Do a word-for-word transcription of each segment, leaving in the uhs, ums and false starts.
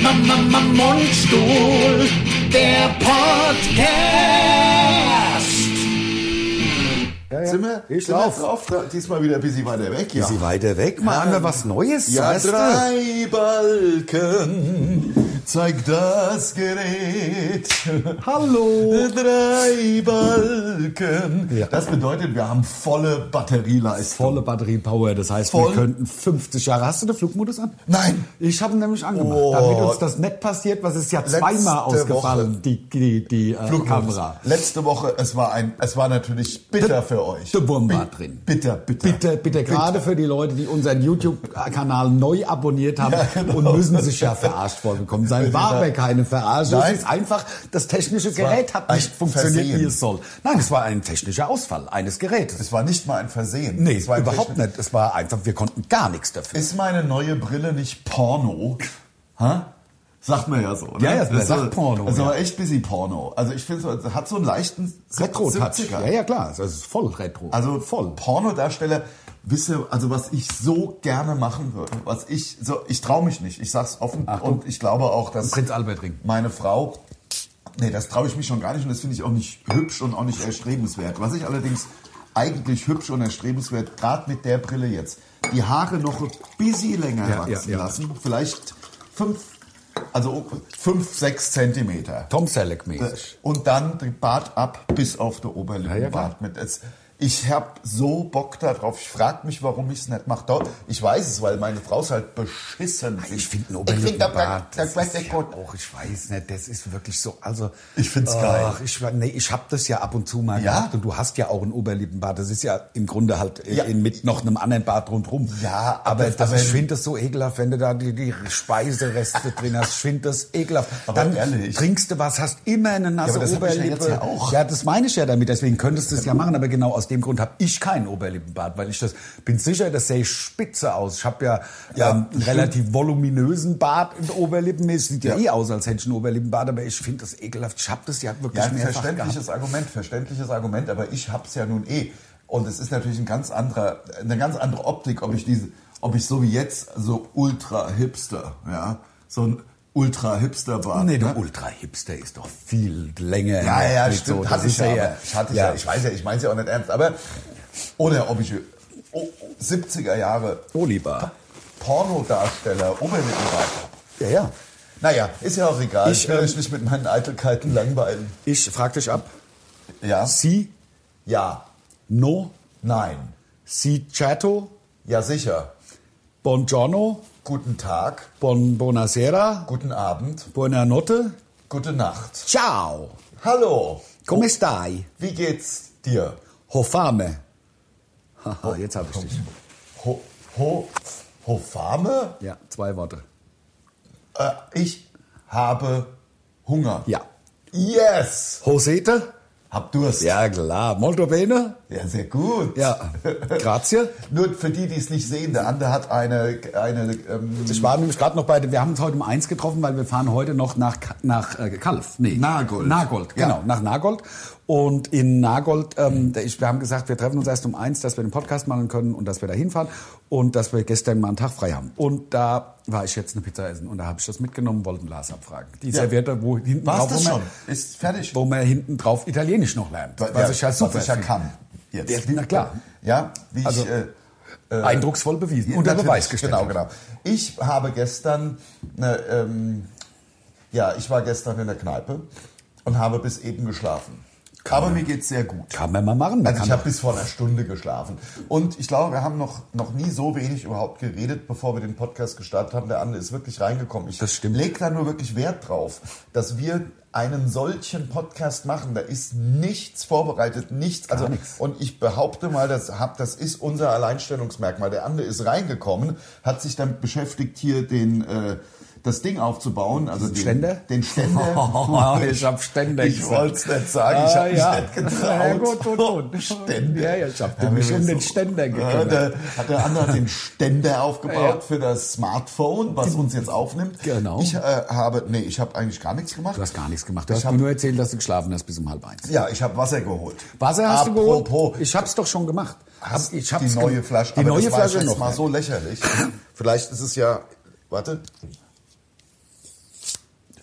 Mama, Mama, Mundstuhl, der Podcast. Ja, ja. Sind wir, ich sind wir lauf. drauf? Da, diesmal wieder ein bisschen weiter weg. Ja. Bisschen weiter weg, mal haben wir was Neues. Ja, weißt du? drei Balken zeigt das Gerät. Hallo. Drei Balken. Ja. Das bedeutet, wir haben volle Batterieleistung. Volle Batteriepower, das heißt, Voll. wir könnten fünfzig Jahre... Hast du den Flugmodus an? Nein. Ich habe ihn nämlich angemacht, Oh. damit uns das nicht passiert, was ist ja Letzte zweimal ausgefallen, Woche. die, die, die äh, Flugmodus. Kamera. Letzte Woche, es war ein, es war natürlich bitter für euch. Der Wurm war Bi- drin. Bitter, bitter. Bitte, bitte, gerade für die Leute, die unseren YouTube-Kanal neu abonniert haben Ja, genau. und müssen sich ja verarscht vorgekommen sein. War aber keine Verarsche. Nein. Es ist einfach, das technische war Gerät hat ein nicht funktioniert, Versehen. wie es soll. Nein, es war ein technischer Ausfall eines Gerätes. Es war nicht mal ein Versehen. Nee, es war ein überhaupt Technik- nicht. Es war einfach, wir konnten gar nichts dafür. Ist meine neue Brille nicht Porno? Ha? Sagt man ja so. Ne? Ja, ja, man Das ist sagt so- Porno, Das ist ja. aber echt busy Porno. Also ich finde, es hat so einen leichten Retro-Touch. siebziger. Ja, ja, klar. Das ist voll Retro. Also voll. Pornodarsteller, wisse, also was ich so gerne machen würde, was ich so, ich traue mich nicht. Ich sag's offen Achtung. und ich glaube auch, dass Prinz Albert Ring. meine Frau, nee, das traue ich mich schon gar nicht und das finde ich auch nicht hübsch und auch nicht erstrebenswert. Was ich allerdings eigentlich hübsch und erstrebenswert, gerade mit der Brille jetzt, die Haare noch ein bisschen länger Ja, wachsen ja, ja. lassen, vielleicht fünf, also fünf, sechs Zentimeter. Tom Selleck-mäßig. Und dann den Bart ab bis auf der Oberlippenbart. Ja, mit es. Ich habe so Bock da drauf. Ich frage mich, warum ich es nicht mache. Ich weiß es, weil meine Frau ist halt beschissen. Ich finde ein Ich find, da- Oberlippenbart, da- das da- ist da- ja auch, ich weiß nicht, das ist wirklich so, also... Ich find's geil. Ach, ich, nee, ich habe das ja ab und zu mal Ja? gehabt und du hast ja auch ein Oberlippenbart, das ist ja im Grunde halt Ja. in, mit noch einem anderen Bart rundherum. Ja, aber, aber- das, aber- ich finde das so ekelhaft, wenn du da die, die Speisereste drin hast, ich finde das ekelhaft. Aber Dann ehrlich. trinkst du was, hast immer eine nasse Ja, aber das hab ich ja Oberlippe. jetzt ja auch. Ja, das meine ich ja damit, deswegen könntest du es ja machen, aber genau aus dem Grund habe ich keinen Oberlippenbart, weil ich das, bin sicher, das sehe spitze aus. Ich habe ja, Ja, ähm, einen stimmt. relativ voluminösen Bart in der Oberlippen. Es sieht ja, Ja. eh aus, als hätte ich einen Oberlippenbart, aber ich finde das ekelhaft. Ich habe das ja wirklich Ja, ein mehrfach verständliches gehabt. Argument, verständliches Argument, aber ich hab's ja nun eh. Und es ist natürlich ein ganz anderer, eine ganz andere Optik, ob ich diese, ob ich so wie jetzt so ultra hipster, ja, so ein ultra hipster Bart. Nee, ne? der Ultra-Hipster ist doch viel länger. Ja, ja, Nicht stimmt. so, hatte das ich ist ja, ja, aber ich hatte ja. ich weiß ja, ich meine es ja auch nicht ernst, aber oder ob ich oh, siebziger Jahre Oliver. Pornodarsteller Oberlippenbart. Ja, ja. Naja, ist ja auch egal. Ich, Ich will ähm, euch nicht mit meinen Eitelkeiten langweilen. Ich frag dich ab. Ja? Si, Ja. no, Nein. si certo, Ja, sicher. buongiorno, Guten Tag. buon, buonasera, Guten Abend. buonanotte, Gute Nacht. ciao, Hallo. come stai? Wie geht's dir? Ho fame. Haha, jetzt habe ich dich. Ho, ho, Hofame? Ja, zwei Worte. Äh, ich habe Hunger. Ja. Yes. Hosete? Hab Durst. Ja, klar. Molto bene? Ja, sehr gut. Ja. Grazie. Nur für die, die es nicht sehen, der andere hat eine, eine ähm, Ich war nämlich gerade noch bei, wir haben uns heute um eins getroffen, weil wir fahren heute noch nach, nach äh, Kalf. Nee. Nagold. Nagold, Ja. genau, nach Nagold. Und in Nagold, ähm, da ich, wir haben gesagt, wir treffen uns erst um eins, dass wir den Podcast machen können und dass wir da hinfahren und dass wir gestern mal einen Tag frei haben. Und da war ich jetzt eine Pizza essen und da habe ich das mitgenommen, wollten Lars abfragen. Die Ja. Serviette, wo hinten War's drauf, das wo schon? man, Ist fertig? wo man hinten drauf Italienisch noch lernt. Was Ja, ich ja super was ich ja finde. kann. Jetzt. Ja, na klar. Ja, wie Also, ich... Äh, Eindrucksvoll bewiesen. Ja, Unter natürlich, Beweis gestellt. Genau, genau. Ich habe gestern, ne, ähm, ja, ich war gestern in der Kneipe und habe bis eben geschlafen. Aber mir geht's sehr gut. Kann man mal machen. Man Also kann ich habe doch- bis vor einer Stunde geschlafen. Und ich glaube, wir haben noch, noch nie so wenig überhaupt geredet, bevor wir den Podcast gestartet haben. Der andere ist wirklich reingekommen. Ich Das stimmt. lege da nur wirklich Wert drauf, dass wir einen solchen Podcast machen. Da ist nichts vorbereitet, nichts. Also, nichts. und ich behaupte mal, das, hab, das ist unser Alleinstellungsmerkmal. Der andere ist reingekommen, hat sich damit beschäftigt, hier den... Äh, das Ding aufzubauen, also den Ständer? Den Ständer. Oh, ich hab Ständer Ich gesagt. wollte es nicht sagen, ich Ah, habe mich ja. nicht getraut. Ja, gut, gut, gut. Ständer. Ja, ja, ich hab Ja, mich mir um ist den so- Ständer Ja, gekümmert. der, hat der andere den Ständer aufgebaut Ja. für das Smartphone, was uns jetzt aufnimmt. Genau. Ich äh, habe, nee, ich habe eigentlich gar nichts gemacht. Du hast gar nichts gemacht. Du Ich hast hab- mir nur erzählt, dass du geschlafen hast bis um halb eins. Ja, ich habe Wasser geholt. Wasser hast Apropos, du geholt? Ich hab's doch schon gemacht. Hast ich die hab's neue ge- Flasche. Die aber neue das war Flasche jetzt noch. mal so lächerlich. Vielleicht ist es ja, warte.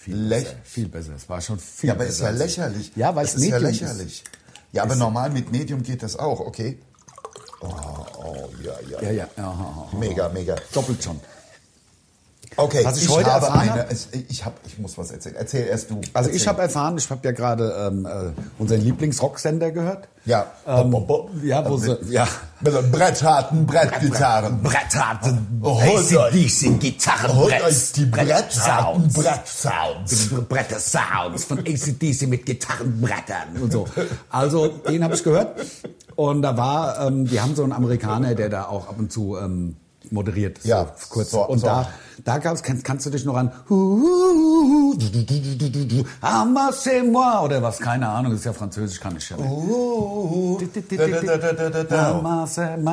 viel Läch- besser. Viel besser. Es war schon viel Ja, aber besser. ist ja als- lächerlich. Ja, weil es ist ja Medium lächerlich. Ja, aber normal mit Medium geht das auch, okay? Oh, oh ja, ja. Ja, ja. ja, ja, ja. Mega, mega. Doppelt schon. Okay, Was ich heute habe erfahren eine, habe- es- ich, hab, ich muss was erzählen. Erzähl erst du. Also Erzähl. ich habe erfahren, ich habe ja gerade ähm, äh, unseren Lieblingsrocksender gehört. Ja. Ähm, Bop, bop, bop. ja, wo Also sie, ja. Mit einem brettharten Brettgitarren. Brettharten, Oh, holt euch- Gitarren, Holt euch die brettharten Brettsounds. Bretter-Sounds von A C D C mit Gitarrenbrettern und so. Also den habe ich gehört. Und da war, ähm, die haben so einen Amerikaner, der da auch ab und zu ähm, moderiert. So Ja, kurz. so- und so. da, da gab's, kannst, kannst du dich noch an moi oder was, keine Ahnung, das ist ja Französisch, kann ich ja nicht. Uh, da, da, da, da, da, da.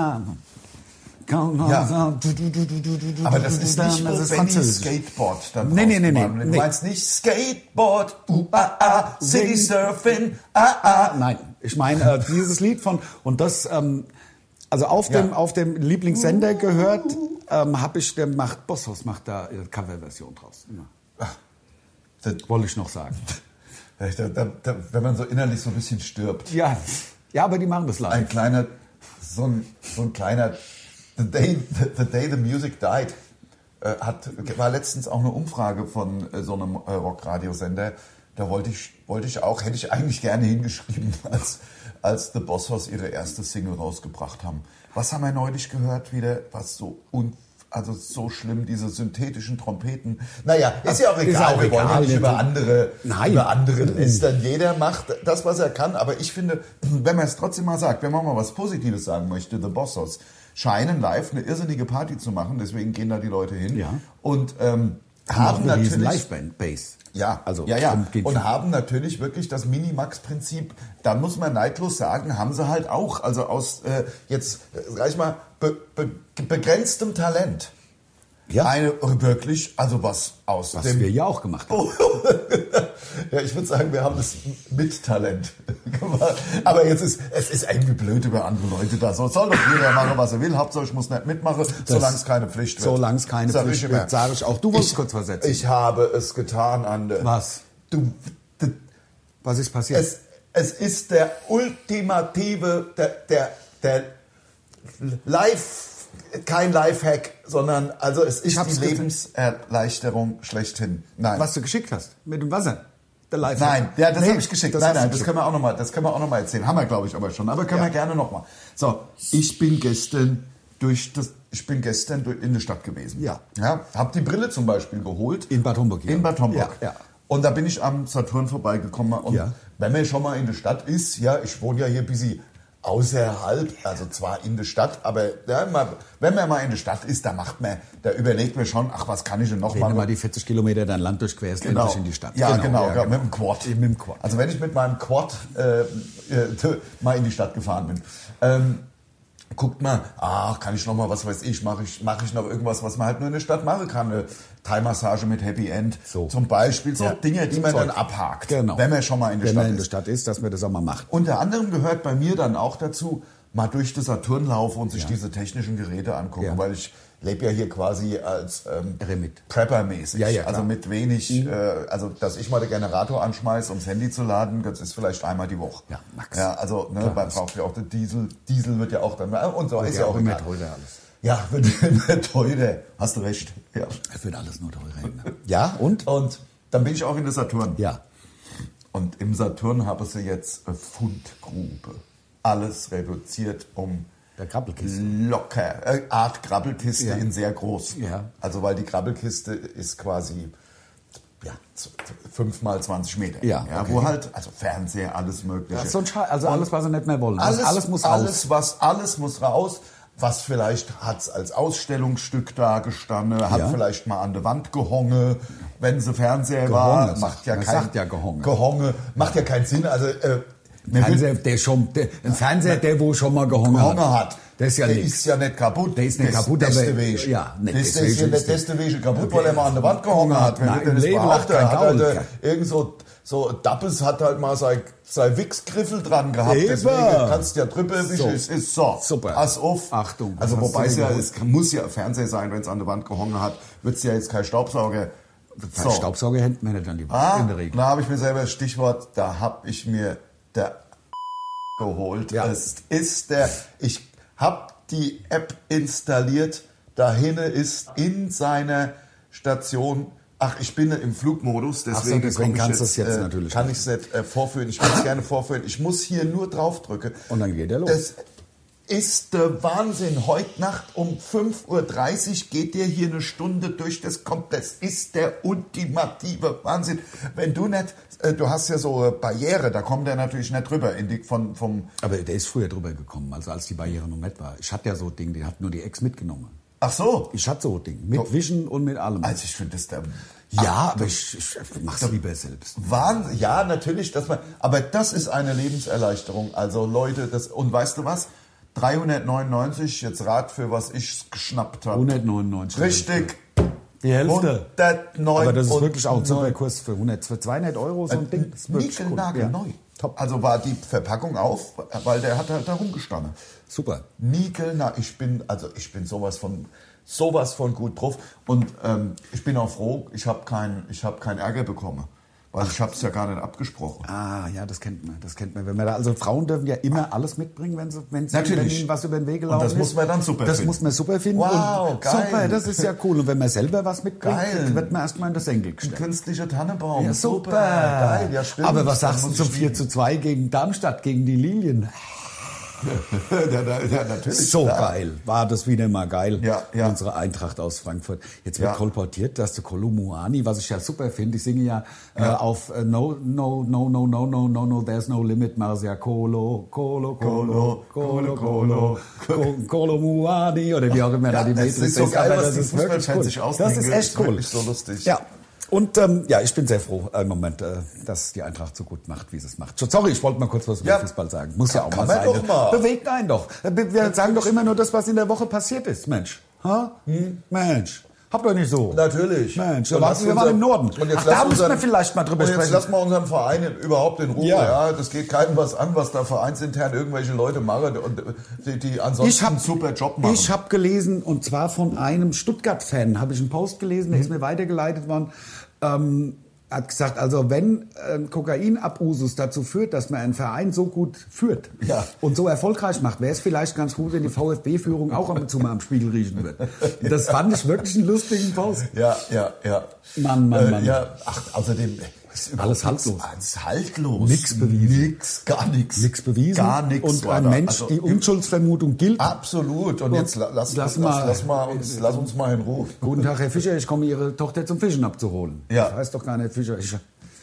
Ja. Aber das ist nicht, wo das ist Benny Französisch. Skateboard dann Nee, nee, nee, nee, rausgebracht. Du nee. meinst nicht Skateboard, uh, ah, ah, City Surfing, ah, ah. Nein, ich meine äh, dieses Lied von, und das, ähm, also auf Ja. dem auf dem Lieblingssender gehört, ähm, habe ich, der macht, Bossos macht da ihre Coverversion draus. Ja. Das, Wollte ich noch sagen. da, da, da, wenn man so innerlich so ein bisschen stirbt. Ja, ja, aber die machen das live. Ein kleiner, so ein, so ein kleiner, the day the, the, day the music died, äh, hat, war letztens auch eine Umfrage von äh, so einem äh, Rockradiosender. Da wollte ich, wollte ich auch, hätte ich eigentlich gerne hingeschrieben, als, als The Bossos ihre erste Single rausgebracht haben. Was haben wir neulich gehört wieder, was so un, also so schlimm, diese synthetischen Trompeten. Naja, ist ja auch Ist egal, auch wir wollen ja egal, nicht ne? über andere, Nein. über andere lästern. Jeder macht das, was er kann, aber ich finde, wenn man es trotzdem mal sagt, wenn man mal was Positives sagen möchte, The Bossos scheinen live eine irrsinnige Party zu machen, deswegen gehen da die Leute hin Ja. und ähm, Haben haben eine riesen natürlich... Live-Band-Bass. Ja, also ja, ja. und geht Und viel. haben natürlich wirklich das Minimax-Prinzip, da muss man neidlos sagen, haben sie halt auch, also aus äh, jetzt, äh, sag ich mal, be, be, begrenztem Talent. Ja. Eine wirklich, also was aus Was dem... wir ja auch gemacht haben. Ja, ich würde sagen, wir haben das mit Talent gemacht. Aber jetzt ist, es ist irgendwie blöd über andere Leute da. So soll doch jeder machen, was er will. Hauptsache, ich muss nicht mitmachen, solange es keine Pflicht wird. Solange es keine Sag Pflicht ich wird, immer. sage ich auch. Du wolltest Ich- kurz was erzählen. Ich habe es getan, Ande. Was? Du, d- Was ist passiert? es, es ist der ultimative, der, der, der Live, kein Lifehack, sondern also es ist hab's die gesehen. Lebenserleichterung schlechthin. Nein. Was du geschickt hast mit dem Wasser. Der Live. Nein, ja, das Nee, habe ich geschickt. das nein, hast du nein, das geschickt. können wir auch noch mal, das können wir auch noch mal erzählen. Haben wir, glaube ich, aber schon. Aber können Ja. wir gerne noch mal. So, ich bin gestern durch das, ich bin gestern durch, in der Stadt gewesen. Ja. Ja, habe die Brille zum Beispiel geholt. In Bad Homburg, ja. In Bad Homburg. Ja, ja. Und da bin ich am Saturn vorbeigekommen. Und Ja. wenn man schon mal in der Stadt ist, ja, ich wohne ja hier ein bisschen außerhalb, also zwar in der Stadt, aber ja, mal, wenn man mal in der Stadt ist, da macht man, da überlegt man schon, ach, was kann ich denn noch Wenn du machen? mal die vierzig Kilometer dein Land durchquerst, Genau. endlich in die Stadt. Ja, genau, ja, ja, mit dem Quad. Mit dem Quad. Also wenn ich mit meinem Quad äh, äh, mal in die Stadt gefahren bin, ähm, guckt mal, ach, kann ich noch mal, was weiß ich, mache ich, mach ich noch irgendwas, was man halt nur in der Stadt machen kann. Eine Thai-Massage mit Happy End So. zum Beispiel. So Ja. Dinge, die man Zeug. dann abhakt, Genau. wenn man schon mal in der Wenn Stadt man in der ist. Stadt ist, dass man das auch mal macht. Unter anderem gehört bei mir dann auch dazu, mal durch den Saturn laufen und sich diese technischen Geräte angucken, Ja. weil ich lebe ja hier quasi als ähm, Eremit. Prepper-mäßig. Ja, ja, klar. also mit wenig, äh, also dass ich mal den Generator anschmeiße, ums Handy zu laden, das ist vielleicht einmal die Woche. Ja, Max. Ja, also ne, Klar. man braucht ja auch den Diesel. Diesel wird ja auch dann, und so ist ja Ja, auch immer egal. teurer alles. Ja, wird immer teurer. Hast du recht. Ja. Es wird alles nur teurer. Ne? Ja, und? Und dann bin ich auch in der Saturn. Ja. Und im Saturn habe sie jetzt eine Fundgrube. Alles reduziert um Der Krabbelkiste. locker. Äh, Art Krabbelkiste Ja. in sehr groß. Ja. Also weil die Krabbelkiste ist quasi ja, z- z- fünf mal zwanzig Meter. Ja, okay. Wo halt, also Fernseher, alles mögliche. Ja, so ein Schei- also alles, was sie nicht mehr wollen. Alles, alles muss raus. alles, was, alles muss raus. Was vielleicht hat es als Ausstellungsstück da gestanden, hat Ja. vielleicht mal an der Wand gehonge, wenn sie Fernseher Gehonge, war, sagt- macht ja man kein, sagt ja gehonge. Gehonge, macht ja keinen Sinn. Also äh, mir Fernseher, wird der schon, der, ein Fernseher, der wo schon mal gehongen Gehonge hat. hat. Der ist ja der nix. ist ja nicht kaputt. Der ist nicht Das- kaputt, das aber- der Weg. ja, nicht das, das deswegen ist ja ist nicht der- das der Weg kaputt, Okay. weil er mal an der Wand gehongen hat. Wenn Nein, du dir im das Leben behauptest, lacht kein hat er Gaul. da irgend so, so Dappes hat halt mal sein, sein Wichsgriffel dran gehabt. Eben. Deswegen kannst du ja drüber wischen. So. Es ist so. Super. Pass auf. Achtung, was Also hast wobei du es ja, denn es muss ja Fernseher sein, wenn es an der Wand gehongen hat, wird es ja jetzt kein Staubsauger So. Staubsauger hängt man nicht an die Wand ah, in der Regel. Da habe ich mir selber das Stichwort, da habe ich mir der geholt. Ja. Es ist der, ich habe die App installiert, dahin ist in seiner Station, ach, ich bin im Flugmodus, deswegen, so, deswegen ich kannst jetzt, du es jetzt äh, natürlich kann nicht. ich es nicht äh, vorführen. Ich will es gerne vorführen. Ich muss hier nur draufdrücken. Und dann geht er los. Das ist der Wahnsinn. Heute Nacht um fünf Uhr dreißig geht dir hier eine Stunde durch das kommt. Das ist der ultimative Wahnsinn. Wenn du nicht, äh, du hast ja so eine Barriere, da kommt der natürlich nicht drüber. In die, von, vom Aber der ist früher drüber gekommen, also als die Barriere noch nicht war. Ich hatte ja so ein Ding, den hat nur die Ex mitgenommen. Ach so. Ich hatte so ein Ding, mit Vision und mit allem. Also ich finde das der... Ja, aber ich, ich mach's lieber selbst. Wahnsinn. Ja, natürlich, dass man, aber das ist eine Lebenserleichterung. Also Leute, das, und weißt du was? dreihundertneunundneunzig, jetzt rat für was ich geschnappt habe. hundertneunundneunzig. Richtig. Die Hälfte. hundertneun. Aber das ist wirklich auch ein super Kurs für hundert, für zweihundert Euro so ein Ding. Das ist wirklich cool. Niegelnagelneu. Ja. Top. Also war die Verpackung auf, weil der hat halt da rumgestanden. Super. Niegelnagel. Ich bin, also ich bin sowas von, sowas von gut drauf. Und ähm, ich bin auch froh, ich habe keinen ich hab keinen Ärger bekommen. Weil ich habe es ja gar nicht abgesprochen. Ah, ja, das kennt man, das kennt man. Wenn man da, also Frauen dürfen ja immer alles mitbringen, wenn sie, wenn sie Natürlich. wenn ihnen was über den Weg gelaufen Und ist. das muss man dann super das finden. Das muss man super finden. Wow, und geil. Super, das ist ja cool. Und wenn man selber was mitbringt, Geil. wird man erstmal in das Senkel Ein gestellt. künstlicher Tannenbaum. Ja, super. Geil, ja stimmt. Aber was Das sagst du muss zum ich vier zu zwei gegen Darmstadt, gegen die Lilien? ja, ja, ja, natürlich. So klar. geil. War das wieder mal geil. Ja, ja. Unsere Eintracht aus Frankfurt. Jetzt wird Ja. kolportiert, dass der Kolomuani, was ich ja super finde, ich singe ja, ja. Äh, auf äh, No, no, no, no, no, no, no, no, there's no limit, Marcia Kolo, Kolo, Kolo, Kolo, Kolo, Kolo, Kolomuani oder wie auch immer Ja, da die das Metrik ist so geil, aber was das die ist wirklich Fußballfans cool. sich ausdenken. Das ist Das echt ist cool. wirklich so lustig. Ja. Und ähm, ja, ich bin sehr froh äh, im Moment, äh, dass die Eintracht so gut macht, wie sie es macht. So, sorry, ich wollte mal kurz was über Ja. Fußball sagen. Muss ja auch Kann mal man sein. doch mal. Bewegt einen doch. Wir wir sagen doch immer nur das, was in der Woche passiert ist. Mensch. Ha? Hm? Mensch. Habt ihr nicht so? Natürlich. Mensch, Und da waren lass wir unser- waren im Norden. Und jetzt Ach, lass da müssen wir unseren- vielleicht mal drüber und sprechen. jetzt lassen wir unseren Verein in, überhaupt in Ruhe. Ja. Ja. Das geht keinem was an, was da vereinsintern irgendwelche Leute machen und die, die ansonsten Ich hab- einen super Job machen. Ich habe gelesen, und zwar von einem Stuttgart-Fan, habe ich einen Post gelesen, der ist mir weitergeleitet worden. Ähm, hat gesagt, also wenn ähm, Kokainabusus dazu führt, dass man einen Verein so gut führt Ja. und so erfolgreich macht, wäre es vielleicht ganz gut, wenn die VfB-Führung auch ab und zu mal am Spiegel riechen würde. Das fand ich wirklich einen lustigen Post. ja, ja, ja. Mann, Mann, Äh, Mann. Ja, ach, außerdem ist überhaupt Alles haltlos. nichts- Alles haltlos. Nix bewiesen. Nix, gar nichts. Nichts bewiesen. Gar nichts. Und war ein da. Mensch, Also, die Unschuldsvermutung gilt. absolut. Und jetzt la- lass, Lass lass, mal- lass, mal uns, lass uns mal in Ruhe. Guten Tag, Herr Fischer, ich komme Ihre Tochter zum Fischen abzuholen. Ja. Das heißt doch gar nicht Fischer, ich,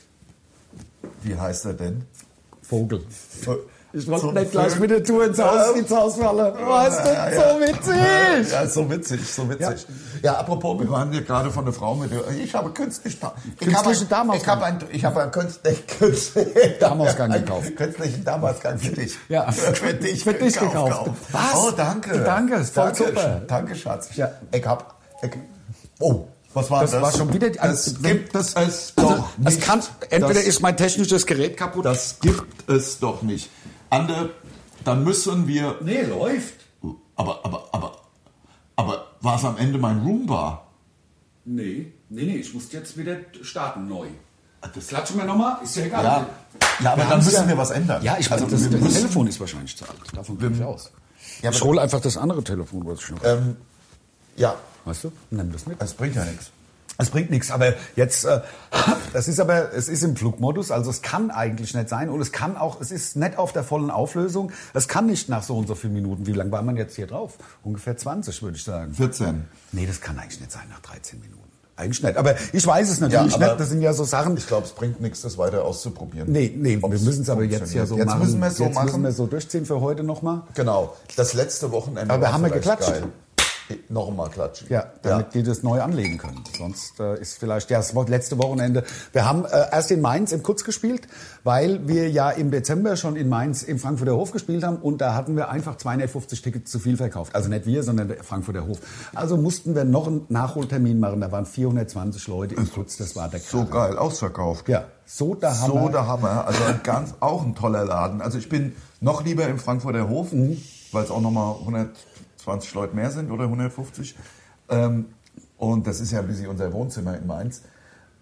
Wie heißt er denn? Vogel. Ich wollte Zum nicht gleich Film. mit der Tour ins Haus, ins Haus fallen. Weißt du, Ja, ja. so witzig. Ja, so witzig, so witzig. Ja, apropos, wir waren hier gerade von der Frau mit der, ich habe künstlich, ich Künstliche habe Darmausgang. ich habe ein, ich habe einen künstlich, künstlichen Darmausgang gekauft. Künstlichen Darmausgang für dich. Ja, für dich, für dich gekauft. Was? Oh, danke. Danke, ist voll danke, super. Danke, Schatz. Ja. Ich hab, ich, oh, was war Das das? war schon wieder, Das also, gibt es Also, doch es nicht. kann, entweder das, ist mein technisches Gerät kaputt. das gibt es doch nicht. Ande, dann müssen wir, nee, läuft. aber, aber, aber, aber war es am Ende mein Roomba? Nee, nee, nee, ich muss jetzt wieder starten neu. Das klatschen wir nochmal, ist ja egal. Ja, ja, aber Wir dann haben's müssen ja- wir was ändern. Ja, ich Also weiß, das, wir das müssen- Telefon ist wahrscheinlich zu alt. Davon gehe ich aus. Ja, Ich aber- hole einfach das andere Telefon, was ich noch Ähm, ja, Weißt du? Nimm das mit. es bringt ja nichts. Es bringt nichts, aber jetzt, äh, das ist aber, es ist im Flugmodus, also es kann eigentlich nicht sein und es kann auch, es ist nicht auf der vollen Auflösung, es kann nicht nach so und so vielen Minuten, wie lange war man jetzt hier drauf? Ungefähr zwanzig, würde ich sagen. vierzehn. Nee, das kann eigentlich nicht sein nach dreizehn Minuten. Eigentlich nicht, aber ich weiß es natürlich Ja, aber nicht, das sind ja so Sachen. Ich glaube, es bringt nichts, das weiter auszuprobieren. Nee, nee, wir Ob's müssen es aber jetzt ja funktioniert. so jetzt machen. Müssen wir es so jetzt machen. müssen wir es so durchziehen für heute nochmal. Genau. Das letzte Wochenende Aber war haben wir vielleicht geklatscht? geil. Nochmal klatschen. Ja, damit die das neu anlegen können. Sonst äh, ist vielleicht ja, das letzte Wochenende. Wir haben äh, erst in Mainz im Kutz gespielt, weil wir ja im Dezember schon in Mainz im Frankfurter Hof gespielt haben und da hatten wir einfach zweihundertfünfzig Tickets zu viel verkauft. Also nicht wir, sondern der Frankfurter Hof. Also mussten wir noch einen Nachholtermin machen. Da waren vierhundertzwanzig Leute im Kutz. Das war der So Kracher. geil, ausverkauft. Ja, so der Hammer. So der Hammer. Also ein ganz, auch ein toller Laden. Also ich bin noch lieber im Frankfurter Hof, Mhm. weil es auch nochmal hundertzwanzig Leute mehr sind oder hundertfünfzig. Ähm, und das ist ja ein bisschen unser Wohnzimmer in Mainz.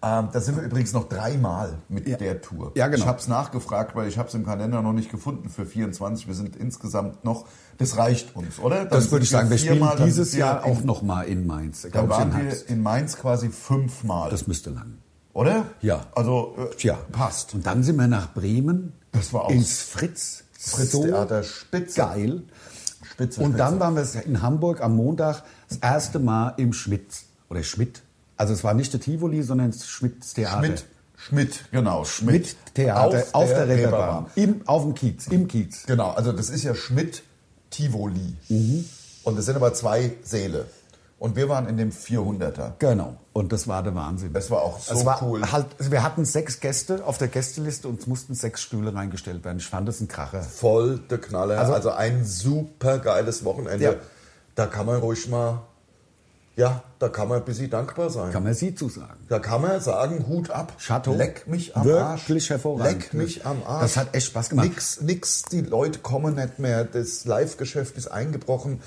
Ähm, da sind wir übrigens noch dreimal mit Ja. der Tour. Ja, genau. Ich habe es nachgefragt, weil ich habe es im Kalender noch nicht gefunden für vierundzwanzig. Wir sind insgesamt noch, das reicht uns, oder? Dann Das würde ich sind sagen. Wir spielen viermal, dann dieses sind wir Jahr in, auch nochmal in Mainz. Dann glaub ich, waren im wir Herbst. in Mainz quasi fünfmal, Das müsste lang. oder? Ja. Also äh, Tja, passt. Und dann sind wir nach Bremen. Das war auch ins Fritz. Fritz so Theater, spitze. geil. Spitze, Und spitze. dann waren wir in Hamburg am Montag das erste Mal im Schmidt. Oder Schmidt. Also es war nicht der Tivoli, sondern das Schmidts Theater. Schmidt, Schmidt, genau. Schmidt. Schmidt Theater auf, auf der, der Reeperbahn. Reeperbahn. Im, auf dem Kiez. Im Kiez. Genau, also das ist ja Schmidt Tivoli. Mhm. Und es sind aber zwei Säle. Und wir waren in dem vierhunderter. Genau. Und das war der Wahnsinn. Das war auch so es war cool. Halt, also wir hatten sechs Gäste auf der Gästeliste und es mussten sechs Stühle reingestellt werden. Ich fand das ein Kracher. Voll der Knaller. Also, Also- ein super geiles Wochenende. Ja. Da kann man ruhig mal, ja, da kann man ein bisschen dankbar sein. Kann man sie zusagen. Da kann man sagen, Hut ab. Chateau. Leck mich am Arsch. Wirklich hervorragend. Leck mich am Arsch. Das hat echt Spaß gemacht. Nix, nix, die Leute kommen nicht mehr. Das Live-Geschäft ist eingebrochen.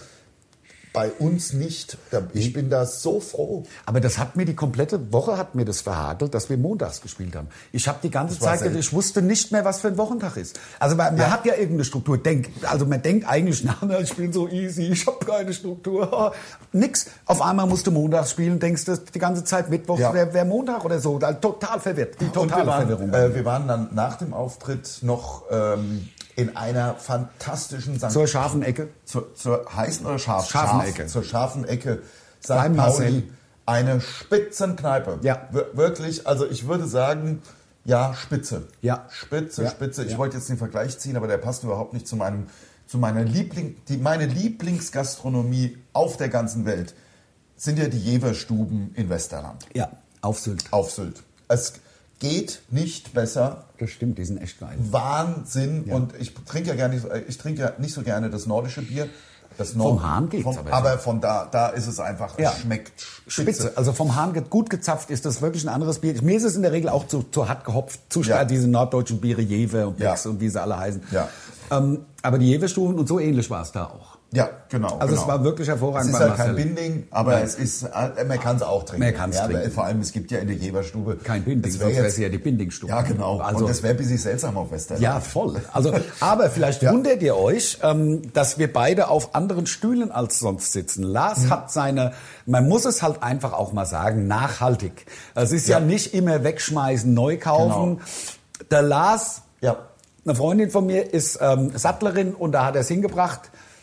Bei uns nicht. Da- Ich bin da so froh. Aber das hat mir die komplette Woche hat mir das verhagelt, dass wir montags gespielt haben. Ich habe die ganze Das war Zeit, selten. ich wusste nicht mehr, was für ein Wochentag ist. Also man, man Ja. hat ja irgendeine Struktur. Denk, also man denkt eigentlich, na, na, ich bin so easy, ich habe keine Struktur. Nix. Auf einmal musst du montags spielen, denkst du die ganze Zeit Mittwoch Ja. wäre wär Montag oder so. Da, total verwirrt. Die Und totale wir Verwirrung. waren, äh, wir waren dann nach dem Auftritt noch ähm, in einer fantastischen Sankt Zur scharfen Ecke. zur, zur heißen oder scharf? Scharfen Scharf, Ecke. Zur scharfen Ecke. Bei Sankt Marcel. Pauli, eine Spitzenkneipe. Ja. Wir- Wirklich, also ich würde sagen, ja, Spitze. Ja. Spitze, Ja. Spitze. Ich Ja. wollte jetzt den Vergleich ziehen, aber der passt überhaupt nicht zu meinem, zu meiner Liebling, die, meine Lieblingsgastronomie auf der ganzen Welt sind ja die Jeverstuben in Westerland. Ja, auf Sylt. Auf Sylt. Es geht nicht besser. Das stimmt, die sind echt geil. Wahnsinn. Ja. Und ich trinke ja gerne, nicht so- ich trinke ja nicht so gerne das nordische Bier. Das Vom Hahn geht's vom, aber aber. so. von da, da ist es einfach, Ja. es schmeckt Spitze. Also vom Hahn ge- gut gezapft ist das wirklich ein anderes Bier. Mir ist es in der Regel auch zu, zu hart gehopft. Zu stark Ja. diese norddeutschen Biere, Jever und Ja. Bex und wie sie alle heißen. Ja. Ähm, aber die Jeverstufen und so ähnlich war es da auch. Ja, genau. Also genau. es war wirklich hervorragend Es ist bei halt kein Marcel. Binding, aber Nein. es ist, äh, man kann es auch trinken. Man kann's ja, trinken. Vor allem, es gibt ja in der Jeverstube. Kein Binding, das sonst wär wäre jetzt- es ja die Bindingstube. Ja, genau. Also, Und das wäre ein bisschen seltsam auf Westerland. ja, voll. Also, aber vielleicht Ja. wundert ihr euch, ähm, dass wir beide auf anderen Stühlen als sonst sitzen. Lars Mhm. hat seine, man muss es halt einfach auch mal sagen, nachhaltig. Es ist ja, Ja. nicht immer wegschmeißen, neu kaufen. Genau. Der Lars, Ja. eine Freundin von mir ist ähm, Sattlerin und da hat er es hingebracht.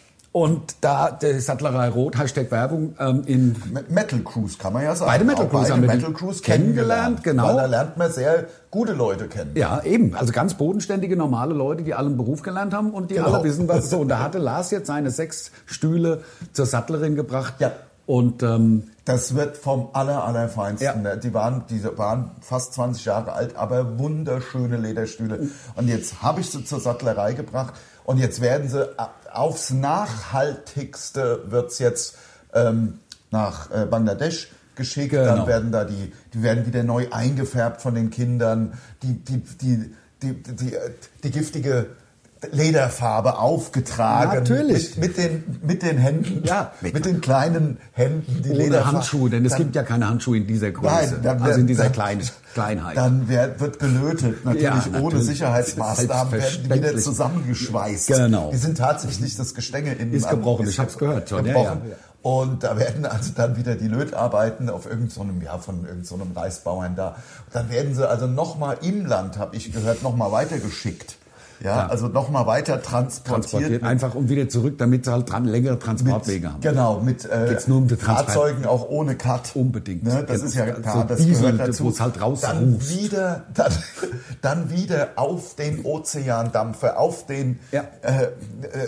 Und da, der Sattlerei Rot, Hashtag Werbung, ähm, in Metal Cruise kann man ja sagen. Beide Metal Auch Cruise beide haben wir Metal Cruise kennengelernt, kennengelernt. genau. Weil da lernt man sehr gute Leute kennen. Ja, eben. Also ganz bodenständige, normale Leute, die alle einen Beruf gelernt haben und die Genau. alle wissen, was so. Und da hatte Lars jetzt seine sechs Stühle zur Sattlerin gebracht. Ja. Und ähm, Das wird vom aller, allerfeinsten. Ja. Die waren, die waren fast zwanzig Jahre alt, aber wunderschöne Lederstühle. Und jetzt habe ich sie zur Sattlerei gebracht und jetzt werden sie aufs Nachhaltigste wird's jetzt ähm, nach äh, Bangladesch geschickt. Genau. Dann werden da die, die werden wieder neu eingefärbt von den Kindern. Die, die, die, die, die, die, die giftige Lederfarbe aufgetragen. Natürlich. Mit, mit, den, mit den Händen. Ja. Mit den kleinen Händen. Die ohne Lederfarbe. Handschuhe, denn es Dann- gibt ja keine Handschuhe in dieser Größe. Nein, dann also in wird- dieser dann- Klein Kleinheit. Dann wird, wird gelötet, natürlich, Ja, ohne natürlich. Sicherheitsmaßnahmen, werden die wieder Selbstverständlich. zusammengeschweißt. Genau. Die sind tatsächlich, das Gestänge in Ist gebrochen, ich hab's gehört schon, ja, Gebrochen. ja. Und da werden also dann wieder die Lötarbeiten auf irgendeinem, so einem, ja, von irgendeinem so einem Reisbauern da. Und dann werden sie also nochmal im Land, habe ich gehört, nochmal weitergeschickt. Ja, Ja. also nochmal weiter transportiert. transportiert einfach und wieder zurück, damit sie halt dran längere Transportwege haben. Genau, mit äh, Geht's nur um den Transfer? Fahrzeugen auch ohne Cut. Unbedingt. Ne, das Genau. ist ja Also klar, das Diesel, gehört dazu. wo es halt rausruft. Dann wieder, dann, dann wieder auf den Ozeandampfer, auf den Ja. äh, äh,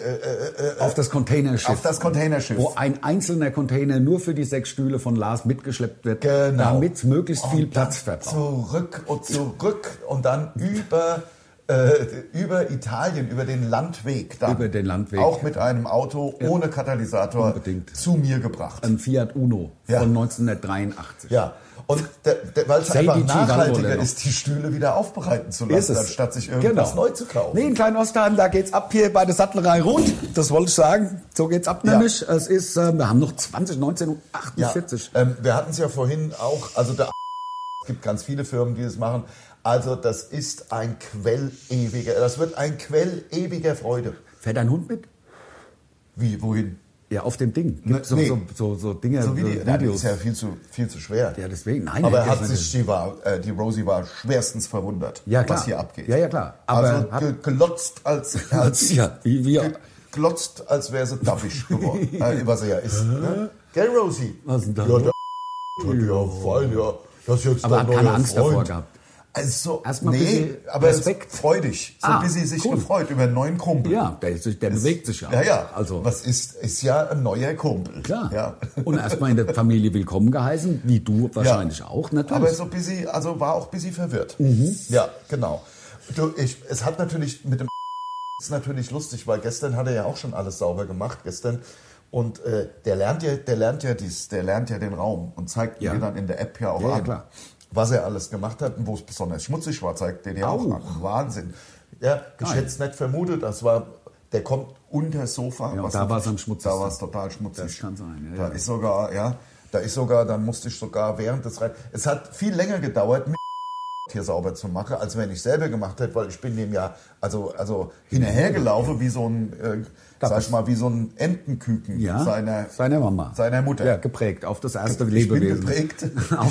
äh, äh, Auf das Containerschiff. auf das Containerschiff. Wo ein einzelner Container nur für die sechs Stühle von Lars mitgeschleppt wird, Genau. damit möglichst viel Und Platz dann verbraucht. Zurück und zurück und dann über äh, über Italien, über den Landweg dann. Über den Landweg. Auch mit einem Auto ohne Katalysator Unbedingt. zu mir gebracht. Ein Fiat Uno Ja. von neunzehnhundertdreiundachtzig. Ja, und der, der, weil es Sedici einfach nachhaltiger Valvole noch. ist, die Stühle wieder aufbereiten zu Ist lassen, es. anstatt sich irgendwas Genau. neu zu kaufen. Nee, in Klein-Ostheim, da geht's ab hier bei der Sattlerei Rot. Das wollte ich sagen. So geht's ab Ja. nämlich. Es ist, äh, wir haben noch zwanzig, Ja, neunzehnhundertachtundvierzig. ähm, wir hatten es ja vorhin auch, also der gibt ganz viele Firmen, die das machen. Also das ist ein Quell ewiger, das wird ein Quell ewiger Freude. Fährt dein Hund mit? Wie, wohin? Ja, auf dem Ding. Gibt so, Nee. so, so, so Dinge, So so Video. Ja, das ist ja viel zu, viel zu schwer. Ja, deswegen. Nein, Aber nein, hat das sich, nicht. die, war, äh, die Rosie war schwerstens verwundert, Ja, klar. was hier abgeht. Ja, ja, klar. Aber also hat- ge gelotzt, als, als, Ja, wie wir. gelotzt, als wäre sie daffisch geworden, äh, was sie ja ist. Ne? Gell, Rosie? Was denn da? Ja, der ja, fein, ja. Das ist jetzt Aber dein hat keine neuer Angst Freund. davor gehabt. Also, Erstmal ein nee, bisschen aber Respekt. es freudig. So Ah, ein bisschen sich cool. gefreut über einen neuen Kumpel. Ja, der, ist, der bewegt sich ja. Ja, ja. Also, Was ist, ist ja ein neuer Kumpel. klar. Ja. Und erstmal in der Familie willkommen geheißen, wie du wahrscheinlich auch, natürlich. Aber so ein bisschen, also war auch ein bisschen verwirrt. Mhm. Ja, genau. Du, ich, es hat natürlich mit dem ist natürlich lustig, weil gestern hat er ja auch schon alles sauber gemacht, gestern. Und äh, der lernt ja, der lernt ja dies, der lernt ja den Raum und zeigt Ja. mir dann in der App ja auch Ja, ja, an, klar. was er alles gemacht hat und wo es besonders schmutzig war, zeigt der dir auch Au. an. Wahnsinn. Ja, geschätzt nicht vermutet, das war, der kommt unter das Sofa. Ja, und was da war's natürlich- am schmutzigsten. Da war es total schmutzig. Das kann sein, ja, Da ja. ist sogar, ja, da ist sogar, dann musste ich sogar während des Rein, es hat viel länger gedauert, hier sauber zu machen, als wenn ich selber gemacht hätte, weil ich bin dem ja also also hinterhergelaufen wie so ein, äh, sag ich mal, wie so ein Entenküken ja, seiner seiner Mama. seiner Mutter. Ja, geprägt auf das erste Ich bin Lebewesen. geprägt. Auf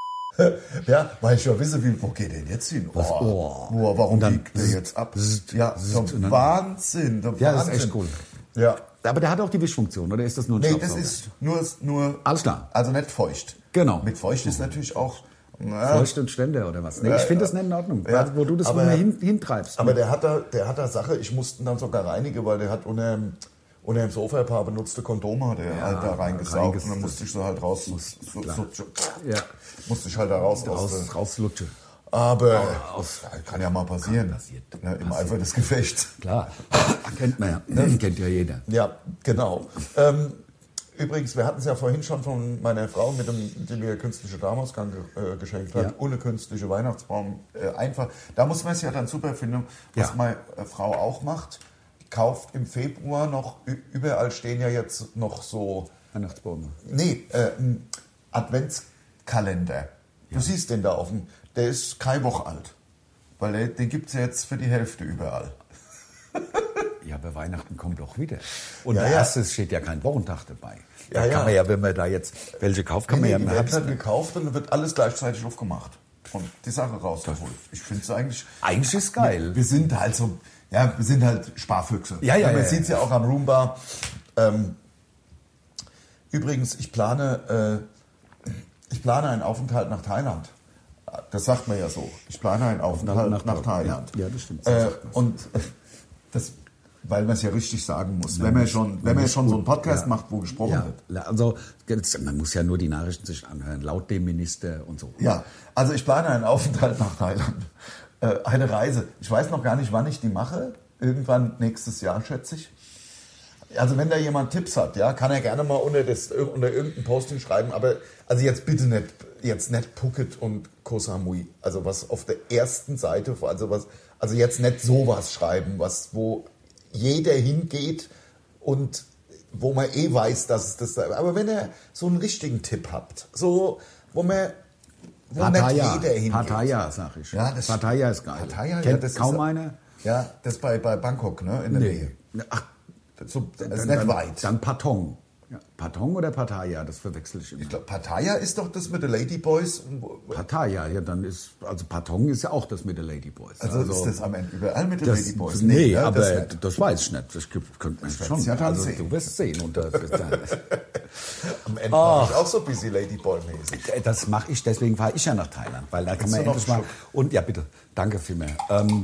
Ja, weil ich ja wisse, wie, wo geht der jetzt hin? Oh, Oh. Boah, warum Und dann liegt der jetzt ab? zzt, Ja, zzt, der und dann- Wahnsinn, der Ja, das ist Wahnsinn. echt cool. Ja, Aber der hat auch die Wischfunktion, oder ist das nur ein nee, das Staubsauger? ist nur, nur, Alles klar. also nicht feucht. Genau. Mit feucht ist natürlich auch, na, Feucht und Ständer oder was? Nee, ich finde das nicht in Ordnung, Ja, weil- wo du das aber- immer hin, hintreibst. Aber der hat da, der hat da Sache, ich musste ihn dann sogar reinigen, weil der hat unter, dem- unter dem Sofa ein paar benutzte Kondome hat er halt da reingesaugt reinges- und dann musste ich so halt raus, Muss- so, klar. so, so, Ja. musste ich halt da raus. aus Raus, der- rauslutsche. aber aus- kann ja mal passieren, passiert. ne, im Eifer des Gefechts. Klar, kennt man ja. Ne? Kennt ja jeder. Ja, genau. Ähm, übrigens, wir hatten es ja vorhin schon von meiner Frau, mit dem, die mir künstliche Darmausgang ge äh, geschenkt hat, Ja. ohne künstliche Weihnachtsbaum. Äh, einfach, da muss man es ja dann super finden, was Ja. meine äh, Frau auch macht. Kauft im Februar noch, ü- überall stehen ja jetzt noch so, Weihnachtsbaum. nee, äh, ein Adventskalender. Du siehst den da offen, der ist keine Woche alt. Weil der, den gibt es ja jetzt für die Hälfte überall. Ja, aber Weihnachten kommt doch wieder. Und Ja, der ja. erste steht ja kein Wochentag dabei. Da Ja, ja. kann man ja, wenn man da jetzt welche kauft, kann man Nee, ja die im werden Herbst. dann gekauft und dann wird alles gleichzeitig aufgemacht. Und die Sache rausgeholt. Ich finde es eigentlich... Eigentlich ist geil. Wir sind halt so... Ja, wir sind halt Sparfüchse. Ja, ja, Man ja, sieht es ja auch am Roomba. Ähm, übrigens, ich plane, äh, ich plane einen Aufenthalt nach Thailand. Das sagt man ja so. Ich plane einen Aufenthalt nach, Nach- nach Thailand. Ja, ja, das stimmt. So Äh, sagt man's. und äh, das... Weil man es ja richtig sagen muss. Wenn man schon, wenn man schon so einen Podcast Ja. macht, wo gesprochen wird. Ja, also jetzt, man muss ja nur die Nachrichten sich anhören, laut dem Minister und so. Ja, also ich plane einen Aufenthalt nach Thailand. Äh, eine Reise. Ich weiß noch gar nicht, wann ich die mache. Irgendwann nächstes Jahr, schätze ich. Also wenn da jemand Tipps hat, ja, kann er gerne mal unter, das, unter irgendein Posting schreiben. Aber also jetzt bitte nicht, jetzt nicht Phuket und Koh Samui. Also was auf der ersten Seite, also was, also jetzt nicht sowas schreiben, was wo jeder hingeht und wo man eh weiß, dass es das da. Aber wenn ihr so einen richtigen Tipp habt, so wo man wo Pattaya, nicht jeder hingeht. Pattaya, sag ich. Ja, das- Pattaya ist geil. Pattaya, Kennt ja, das kaum ist, einer? Ja, das bei, bei Bangkok, ne, in der Nähe. Ach, Das, so, das ist dann, nicht dann, weit. Dann Patong. Ja, Patong oder Pattaya, das verwechsel ich immer. Ich glaube, Pattaya ist doch das mit den Ladyboys. Pattaya, ja, dann ist, also Patong ist ja auch das mit den Ladyboys. Also, ist das am Ende überall mit den das, Ladyboys? Nee, ne, aber das das, nicht. weiß ich nicht. Das gibt- könnte man Das schon. wird's ja dann also, sehen. du wirst sehen. Und das, das, Am Ende war ich auch so ein bisschen Ladyboy-mäßig. das mache ich, deswegen fahre ich ja nach Thailand. Weil da kann Willst man du noch endlich mal. einen Und ja, bitte, danke vielmehr. Ähm,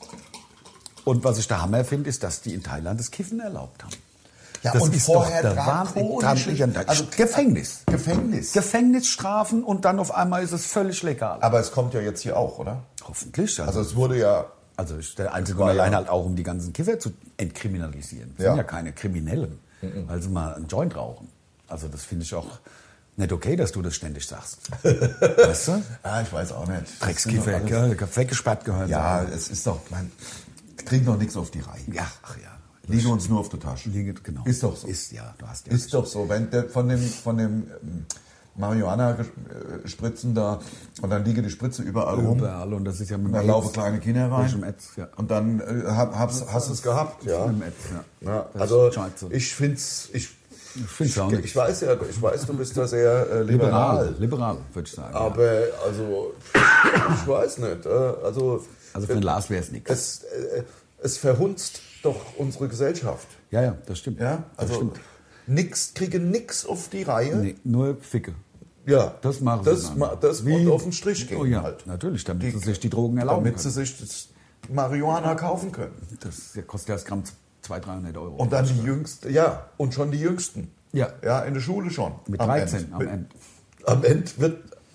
und was ich der Hammer finde, ist, dass die in Thailand das Kiffen erlaubt haben. Ja, das und ist vorher doch der Wahnsinn. drakonische- Also, also- Gefängnis. Gefängnis. Gefängnisstrafen und dann auf einmal ist es völlig legal. Aber es kommt ja jetzt hier auch, oder? Hoffentlich. Also es wurde ja... Also ich, der einzige War und allein ja- halt auch, um die ganzen Kiffer zu entkriminalisieren. Das Ja. sind ja keine Kriminellen, weil sie mal einen Joint rauchen. Also das finde ich auch nicht okay, dass du das ständig sagst. Weißt du? Ah, ich weiß auch nicht. Dreckskiffer, Das sind doch alles- gell, weggesperrt gehören. Ja, sie. es ist doch... Man, wir kriegen doch nichts auf die Reihe. Ja, ach ja. Liegen uns nur auf der Tasche. Liege, genau. Ist doch so. Ist, ja, du hast ja Ist doch so. Wenn der, von dem, von dem ähm, Marihuana, äh, spritzen da und dann liege die Spritze überall rum. Überall und das ist ja mit Und dann dem laufen Aids. kleine Kinder rein. Das ist im Aids, ja. Und dann äh, hab, hab's, hast du es gehabt. Ja. Im Aids, ja. Ja, Das also ist scheiße. ich finde es... Ich, Ich find's auch ich, nicht. ich weiß ja, ich weiß, du bist da sehr äh, liberal. Liberal, liberal, würde ich sagen. Aber also, ich weiß nicht. Äh, also, ja. Also für den Lars wäre es nichts. es, äh, es verhunzt doch unsere Gesellschaft. Ja, ja, das stimmt. Ja, das also stimmt. nix, kriege nix auf die Reihe. Nee, nur Ficke. Ja, Das machen das, sie dann. ma- das Wie- und auf den Strich gehen Oh ja, halt. natürlich, damit Die- sie sich die Drogen erlauben Damit sie können. sich das Marihuana kaufen können. Das kostet ja das Gramm zweihundert, dreihundert Euro. Und dann die Jüngsten, ja, und schon die Jüngsten. Ja. Ja, in der Schule schon. Mit Am dreizehn Ende. am Mit- Ende. Am Ende wird,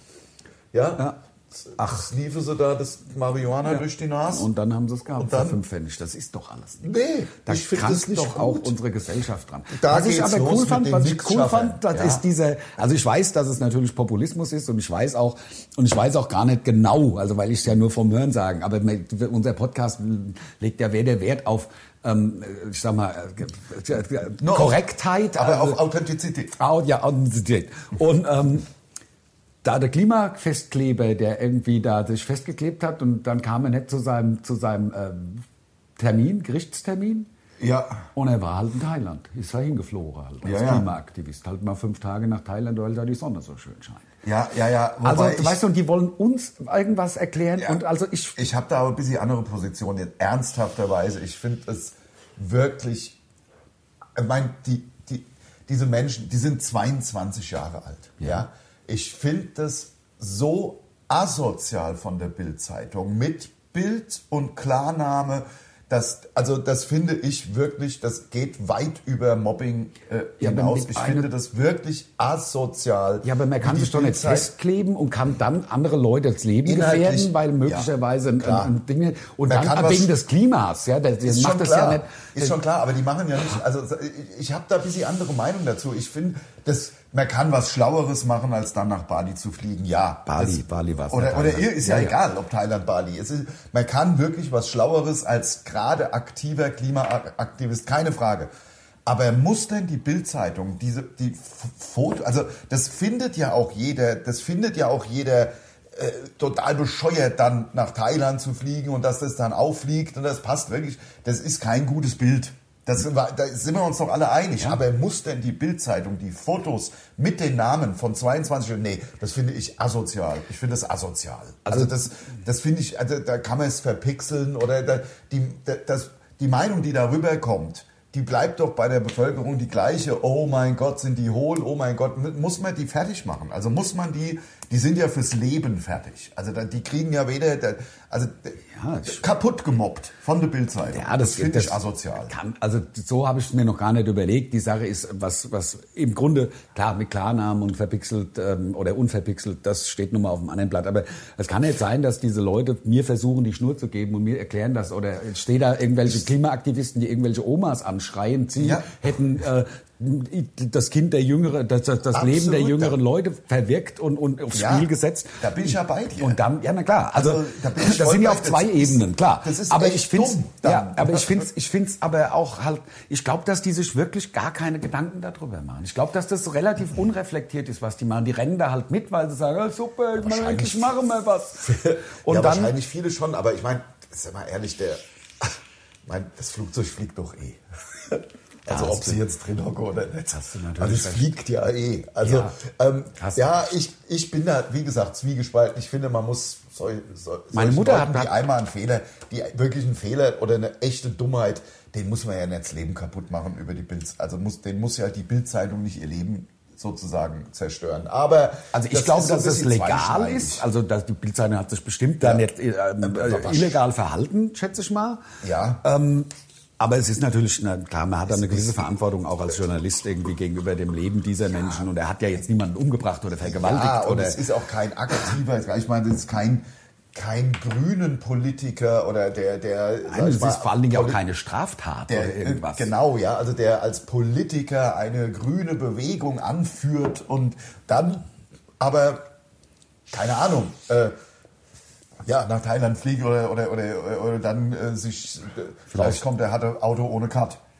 ja, Ja. ach, liefe sie da das Marihuana Ja. durch die Nase. Und dann haben sie es gehabt Und für dann- fünf Pfennig. Das ist doch alles nicht. Nee, Da ich finde das krankt nicht doch gut. auch unsere Gesellschaft dran. Da was ich geht's aber los cool mit fand, den was ich cool Nichtsschaffern. fand, das Ja. ist diese, also ich weiß, dass es natürlich Populismus ist und ich weiß auch, und ich weiß auch gar nicht genau, also weil ich es ja nur vom Hören sagen, aber unser Podcast legt ja weder Wert auf, ähm, ich sag mal, äh, No, Korrektheit, Aber also- auf Authentizität. Au- Ja, Authentizität. Und ähm, da der Klimafestkleber, der irgendwie da sich festgeklebt hat und dann kam er nicht zu seinem, zu seinem ähm, Termin, Gerichtstermin. Ja. Und er war halt in Thailand, ist da hingeflogen halt, als Ja, ja. Klimaaktivist. Halt mal fünf Tage nach Thailand, weil da die Sonne so schön scheint. Ja, ja, ja. Also, Wobei ich, weißt du, und die wollen uns irgendwas erklären Ja. und also ich... ich habe da aber ein bisschen andere Position, jetzt ernsthafterweise. Ich finde es wirklich, ich meine, die, die, diese Menschen, die sind zweiundzwanzig Jahre alt. Ja. Ja. Ich finde das so asozial von der Bild-Zeitung mit Bild und Klarname. Das, also das finde ich wirklich, das geht weit über Mobbing äh, Ja, aber hinaus. mit Ich einer- finde das wirklich asozial. Ja, aber man kann wie die sich doch nicht Bild-Zeit- festkleben und kann dann andere Leute das Leben Inhaltlich, gefährden, weil möglicherweise ein, klar. ein Dinge und Man dann kann ah, was- wegen des Klimas, ja, das, das Ist macht schon das klar, ja nicht. ist schon klar, aber die machen ja nicht, also ich, ich habe da ein bisschen andere Meinung dazu. Ich finde, dass man kann was Schlaueres machen, als dann nach Bali zu fliegen. Ja. Bali, das, Bali war's, Oder, nicht oder Thailand. ist ja, Ja, ja. egal, ob Thailand, Bali. Es ist, man kann wirklich was Schlaueres als gerade aktiver Klimaaktivist, keine Frage. Aber muss denn die Bild-Zeitung diese die F- Foto, also das findet ja auch jeder, das findet ja auch jeder äh, total bescheuert, dann nach Thailand zu fliegen und dass das dann auffliegt und das passt wirklich. Das ist kein gutes Bild. Das war, da sind wir uns doch alle einig. Ja. Aber muss denn die Bild-Zeitung die Fotos mit den Namen von zweiundzwanzig? Nee, das finde ich asozial. Ich finde das asozial. Also, Also- das, das finde ich, also da kann man es verpixeln oder da, die, da, das, die Meinung, die darüber kommt, die bleibt doch bei der Bevölkerung die gleiche. Oh mein Gott, sind die hohl? Oh mein Gott, muss man die fertig machen? Also muss man die, die sind ja fürs Leben fertig. Also da, die kriegen ja weder, da, also Ja, ich- kaputt gemobbt von der Bild-Zeitung. Ja, das, finde das ich asozial. Kann, also so habe ich es mir noch gar nicht überlegt. Die Sache ist, was, was im Grunde, klar, mit Klarnamen und verpixelt ähm, oder unverpixelt, das steht nun mal auf dem anderen Blatt. Aber es kann nicht sein, dass diese Leute mir versuchen, die Schnur zu geben und mir erklären das. Oder es steht da irgendwelche Klimaaktivisten, die irgendwelche Omas anschreien, sie Ja. hätten äh, das Kind der Jüngeren, das, das, das Leben der Absolut. jüngeren Leute verwirkt und, und aufs Ja, Spiel gesetzt. da bin ich ja bei dir. Und dann, ja, na klar. Also, Also, da bin ich das voll sind ja bei auf dir. zwei Das ist- Ebenen, klar. das ist aber echt ich finde dumm dann. ja, aber ich finde ich finde es aber auch halt, ich glaube, dass die sich wirklich gar keine Gedanken darüber machen. Ich glaube, dass das relativ unreflektiert ist, was die machen. Die rennen da halt mit, weil sie sagen, oh, super, ich meine, ich mache mal was. Und ja, dann, wahrscheinlich viele schon, aber ich meine, ist ja mal ehrlich, der, ich mein, das Flugzeug fliegt doch eh. Also hast ob du- sie jetzt drin hocken oder nicht. hast du natürlich also es recht. fliegt ja eh. Also Ja, ähm, hast du ja, ich, ich bin da, wie gesagt, zwiegespalten. Ich finde, man muss sol, sol, Meine solchen Mutter Leuten, hat- die einmal einen Fehler, die wirklich einen Fehler oder eine echte Dummheit, den muss man ja nicht das Leben kaputt machen über die Bild. Also muss, den muss ja die Bild-Zeitung nicht ihr Leben sozusagen zerstören. Aber also ich das glaube, ist so ein dass es bisschen legal zweischneidig. ist. Also dass die Bildzeitung hat sich bestimmt da Ja. nicht äh, äh, illegal verhalten, schätze ich mal. Ja. Ähm, aber es ist natürlich, na, klar, man hat da eine gewisse Verantwortung auch als Journalist irgendwie gegenüber dem Leben dieser Menschen. Und er hat ja jetzt niemanden umgebracht oder vergewaltigt. Ja, und oder es ist auch kein aktiver, ich meine, das ist kein, kein grünen Politiker oder der, der sag Nein, ich es mal, ist vor allen Dingen auch Poli- keine Straftat der, oder irgendwas. äh, Genau, ja, also der als Politiker eine grüne Bewegung anführt und dann aber, keine Ahnung, äh, ja, nach Thailand fliegt oder, oder, oder, oder dann äh, sich äh, rauskommt, er hatte Auto ohne Cut.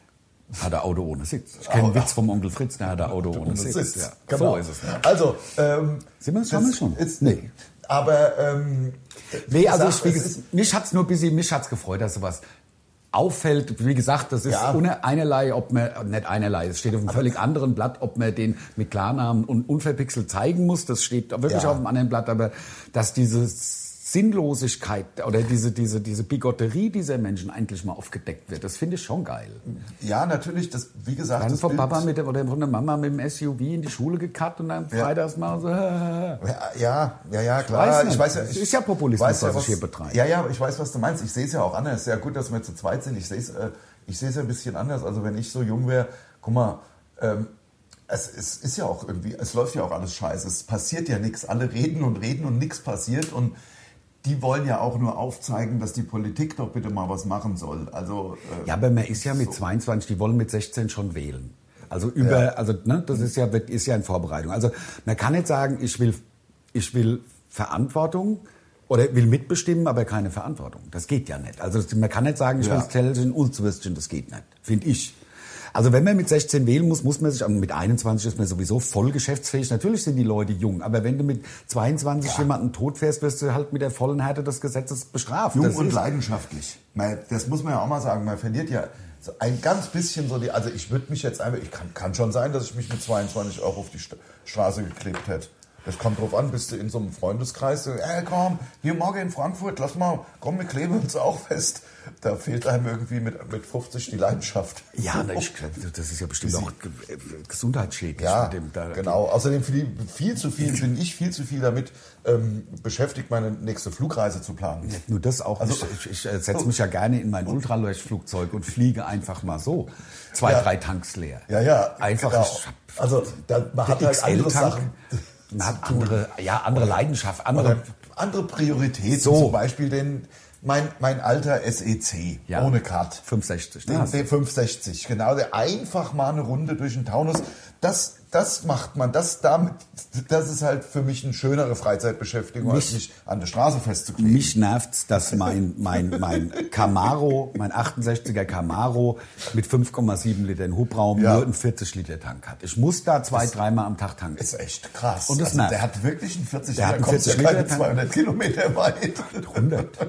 Hat er Auto ohne Sitz. Ich kenne einen Witz vom Onkel Fritz, der hat ein Auto ohne, ohne Sitz. Sitz. Ja. Genau. So ist es. Ne? Also, ähm, sind wir das schon? Ist, nee. Aber, ähm, nee, also sag, ich, ist, mich hat's nur ein bisschen, mich hat's gefreut, dass sowas auffällt. Wie gesagt, das ist ja. ohne einerlei, ob man, nicht einerlei, es steht auf einem völlig anderen Blatt, ob man den mit Klarnamen und unverpixelt zeigen muss. Das steht wirklich ja. auf einem anderen Blatt, aber dass dieses Sinnlosigkeit oder diese, diese, diese Bigotterie dieser Menschen eigentlich mal aufgedeckt wird. Das finde ich schon geil. Ja, natürlich, das, wie gesagt, dann das von Bild Papa mit der, oder von der Mama mit dem S U V in die Schule gekarrt und dann ja. freitags mal so. Ja, ja, ja, ja klar. Ich weiß, nicht. ich weiß ja, ich, ich ist ja Populismus, weiß ja, was, was ich hier betreibe. Ja, ja, ich weiß, was du meinst. Ich sehe es ja auch anders. Es ist ja gut, dass wir zu zweit sind. Ich sehe es, äh, ich sehe es ja ein bisschen anders. Also wenn ich so jung wäre, guck mal, ähm, es, es ist ja auch irgendwie, es läuft ja auch alles scheiße. Es passiert ja nichts. Alle reden und reden und nichts passiert und die wollen ja auch nur aufzeigen, dass die Politik doch bitte mal was machen soll. Also, äh, ja, aber man ist ja mit so. zweiundzwanzig, die wollen mit sechzehn schon wählen. Also über, ja. also ne, das ist ja, ist ja in Vorbereitung. Also man kann nicht sagen, ich will, ich will Verantwortung oder will mitbestimmen, aber keine Verantwortung. Das geht ja nicht. Also man kann nicht sagen, ich ja. will Tellchen und Zwürstchen, das geht nicht, finde ich. Also wenn man mit sechzehn wählen muss, muss man sich, mit einundzwanzig ist man sowieso voll geschäftsfähig. Natürlich sind die Leute jung, aber wenn du mit zweiundzwanzig ja. jemanden totfährst, wirst du halt mit der vollen Härte des Gesetzes bestraft. Jung das und ist leidenschaftlich. Das muss man ja auch mal sagen. Man verliert ja so ein ganz bisschen so die, also ich würde mich jetzt einfach, ich kann, kann schon sein, dass ich mich mit zweiundzwanzig auch auf die Straße geklebt hätte. Das kommt drauf an, bist du in so einem Freundeskreis, so, ey, komm, wir morgen in Frankfurt, lass mal, komm, wir kleben uns auch fest. Da fehlt einem irgendwie mit, mit fünfzig die Leidenschaft. Ja, na, ich, das ist ja bestimmt auch gesundheitsschädlich. Ja, mit dem, da, genau. Außerdem viel, viel zu viel, bin ich viel zu viel damit ähm, beschäftigt, meine nächste Flugreise zu planen. Nicht nur das auch. Also, ich ich, ich setze mich ja gerne in mein Ultraleuchtflugzeug und fliege einfach mal so. Zwei, ja. drei Tanks leer. Ja, ja. Einfach. Genau. Also, da, man hat halt andere Sachen. Man hat andere, ja, andere Leidenschaft, andere, Oder andere Prioritäten. So. Zum Beispiel den, mein, mein alter S E C, ja. ohne Cut. fünfhundertsechzig. Den, den fünfhundertsechzig, genau. Der einfach mal eine Runde durch den Taunus. Das, das macht man, das damit, das ist halt für mich eine schönere Freizeitbeschäftigung, mich, als mich an der Straße festzukleben. Mich nervt's, dass mein, mein, mein Camaro, mein achtundsechziger Camaro mit fünf Komma sieben Litern Hubraum ja. nur einen vierzig Liter Tank hat. Ich muss da zwei, dreimal am Tag tanken. Ist echt krass. Und das also nervt. Der hat wirklich einen vierzig Liter, kommt ja keine zweihundert Kilometer weit. hundert.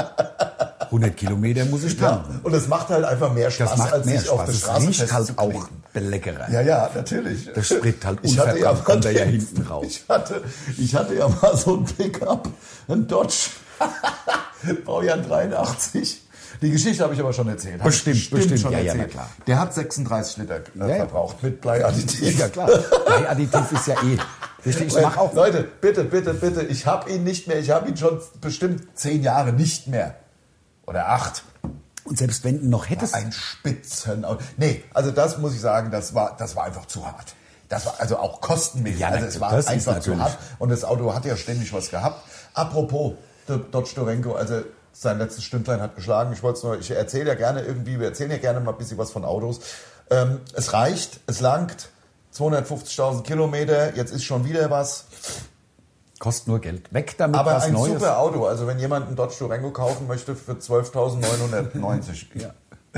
hundert Kilometer muss ich tanken. Ja, und es macht halt einfach mehr Spaß, das macht als mehr sich Spaß. auf der Straße das riecht halt auch beleckerer. Ja, ja, natürlich. Das Sprit halt ich hatte ja, kommt er ja hinten raus. Ich hatte, ich hatte ja mal so ein Pickup, ein Dodge, Baujahr dreiundachtzig. Die Geschichte habe ich aber schon erzählt. Bestimmt, bestimmt. bestimmt. Schon ja, erzählt. ja, na klar. Der hat sechsunddreißig Liter äh, ja, ja. verbraucht mit Bleiadditiv. Ja, klar. Bleiadditiv ist ja eh... Richtig, ich mach auch Leute, bitte, bitte, bitte, ich habe ihn nicht mehr, ich habe ihn schon bestimmt zehn Jahre nicht mehr. Oder acht. Und selbst wenn du noch hättest... Ein Spitzenauto. Nee, also das muss ich sagen, das war, das war einfach zu hart. Das war also auch kostenmäßig. Ja, also es war einfach zu hart. Und das Auto hat ja ständig was gehabt. Apropos, der Dodge Durango, also sein letztes Stündlein hat geschlagen. Ich wollte nur, ich erzähle ja gerne irgendwie, wir erzählen ja gerne mal ein bisschen was von Autos. Ähm, es reicht, es langt. zweihundertfünfzigtausend Kilometer, jetzt ist schon wieder was. Kostet nur Geld. Weg damit, aber was ein Neues. Super Auto. Also wenn jemand einen Dodge Durango kaufen möchte für zwölftausendneunhundertneunzig. ja.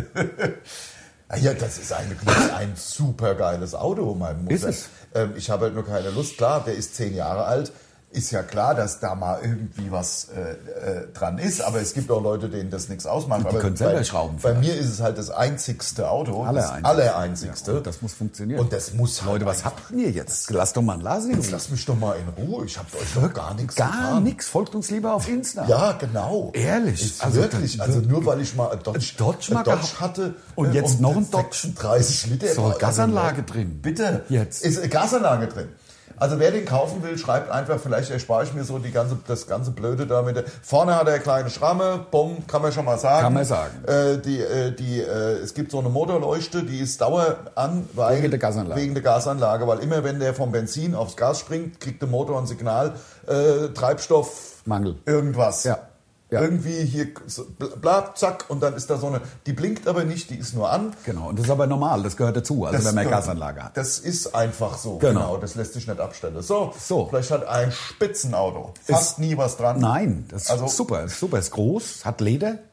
Ja, das ist eigentlich ein super geiles Auto, mein Mutter. Ist es? Ähm, ich habe halt nur keine Lust. Klar, der ist zehn Jahre alt. Ist ja klar, dass da mal irgendwie was äh, äh, dran ist, aber es gibt auch Leute, denen das nichts ausmacht. Die aber können bei, selber schrauben. Bei mir ist es halt das einzigste Auto, Aller das einzigste. allereinzigste. Ja, und das muss funktionieren. Und das muss halt Leute, was habt ihr jetzt? Lass doch mal ein Lasen. Jetzt lasst mich doch mal in Ruhe. Ich habe euch doch gar nichts Gar getan. nichts. Folgt uns lieber auf Insta. Ja, genau. Ehrlich. Ist Also wirklich. da- Also nur weil ich mal ein Dodge, ein Dodge mal ein Dodge gehabt. hatte. Und äh, jetzt noch ein Dodge. sechsunddreißig Liter. So, Also, Gasanlage drin. Bitte. Jetzt. Ist eine Gasanlage drin. Also wer den kaufen will, schreibt einfach, vielleicht erspare ich mir so die ganze, das ganze Blöde da mit der, vorne hat er eine kleine Schramme, bumm, kann man schon mal sagen. Kann man sagen. Äh, die, äh, die, äh, es gibt so eine Motorleuchte, die ist dauer an, weil, Wegen der Gasanlage. Wegen der Gasanlage, weil immer wenn der vom Benzin aufs Gas springt, kriegt der Motor ein Signal, äh, Treibstoff, Mangel. irgendwas. Ja. Ja. Irgendwie hier, so, bla, zack, und dann ist da so eine, die blinkt aber nicht, die ist nur an. Genau. Und das ist aber normal. Das gehört dazu. Also Das wenn man eine gehört- Gasanlage hat. Das ist einfach so. Genau. Das lässt sich nicht abstellen. So, So. vielleicht hat ein Spitzenauto fast nie was dran. Nein, das ist Also- super. Ist super. Ist groß, hat Leder.